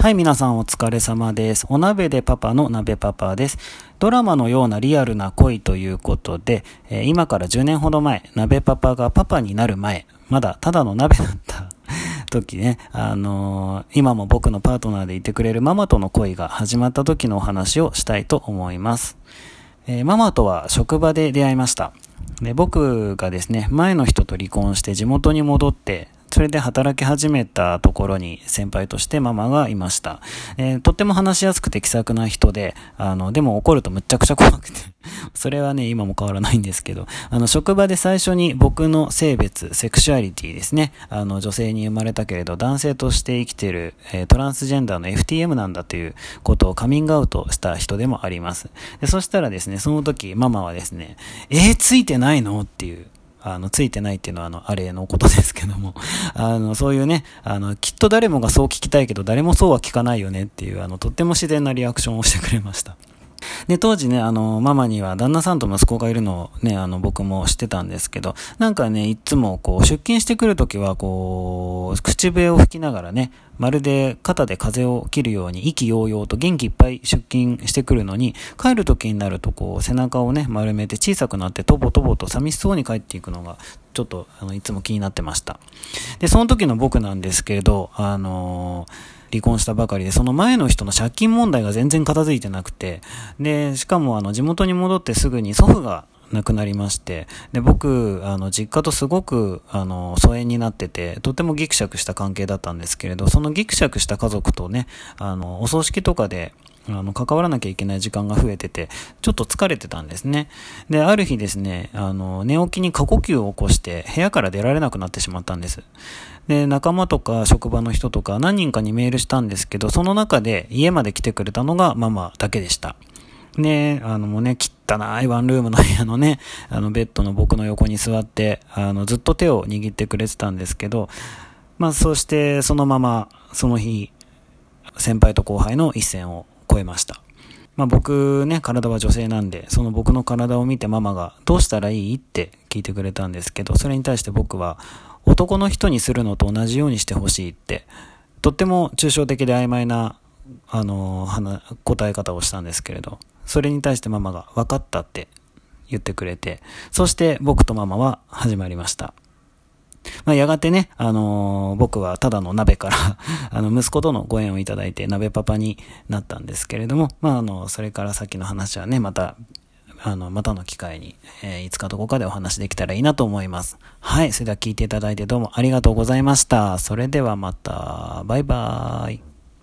はい、皆さんお疲れ様です。お鍋でパパの鍋パパです。ドラマのようなリアルな恋ということで、今から10年ほど前、鍋パパがパパになる前、まだただの鍋だった時ね、今も僕のパートナーでいてくれるママとの恋が始まった時のお話をしたいと思います。ママとは職場で出会いました。で、僕がですね、前の人と離婚して地元に戻って、それで働き始めたところに先輩としてママがいました。とっても話しやすくて気さくな人で、でも怒るとむっちゃくちゃ怖くて、それはね、今も変わらないんですけど、職場で最初に僕の性別、セクシュアリティですね、女性に生まれたけれど男性として生きている、トランスジェンダーの FTM なんだということをカミングアウトした人でもあります。で、そしたらですね、その時ママはですね、ついてないのっていう、ついてないっていうのはあれのことですけども、そういうね、きっと誰もがそう聞きたいけど誰もそうは聞かないよねっていう、とっても自然なリアクションをしてくれました。で、当時ね、ママには旦那さんと息子がいるのをね、僕も知ってたんですけど、なんかね、いつもこう、出勤してくるときは、こう、口笛を吹きながらね、まるで肩で風を切るように意気揚々と元気いっぱい出勤してくるのに、帰るときになるとこう、背中をね、丸めて小さくなってとぼとぼと寂しそうに帰っていくのが、ちょっと、いつも気になってました。で、その時の僕なんですけれど、離婚したばかりで、その前の人の借金問題が全然片付いてなくて、で、しかも地元に戻ってすぐに祖父が亡くなりまして、で、僕、実家とすごく、疎遠になってて、とてもギクシャクした関係だったんですけれど、そのギクシャクした家族とね、お葬式とかで、関わらなきゃいけない時間が増えてて、ちょっと疲れてたんですね。で、ある日ですね、寝起きに過呼吸を起こして、部屋から出られなくなってしまったんです。で、仲間とか職場の人とか何人かにメールしたんですけど、その中で家まで来てくれたのがママだけでした。ね、もうね、汚いワンルームの部屋のね、ベッドの僕の横に座って、ずっと手を握ってくれてたんですけど、まあ、そしてそのまま、その日、先輩と後輩の一線を越えました。まあ僕ね、体は女性なんで、その僕の体を見てママがどうしたらいいって聞いてくれたんですけど、それに対して僕は男の人にするのと同じようにしてほしいって、とっても抽象的で曖昧な、答え方をしたんですけれど、それに対してママが分かったって言ってくれて、そして僕とママは始まりました。まあ、やがてね、僕はただの鍋から息子とのご縁をいただいて鍋パパになったんですけれども、まあ、それから先の話はね、またの機会に、いつかどこかでお話できたらいいなと思います。はい、それでは聞いていただいてどうもありがとうございました。それではまた、バイバーイ。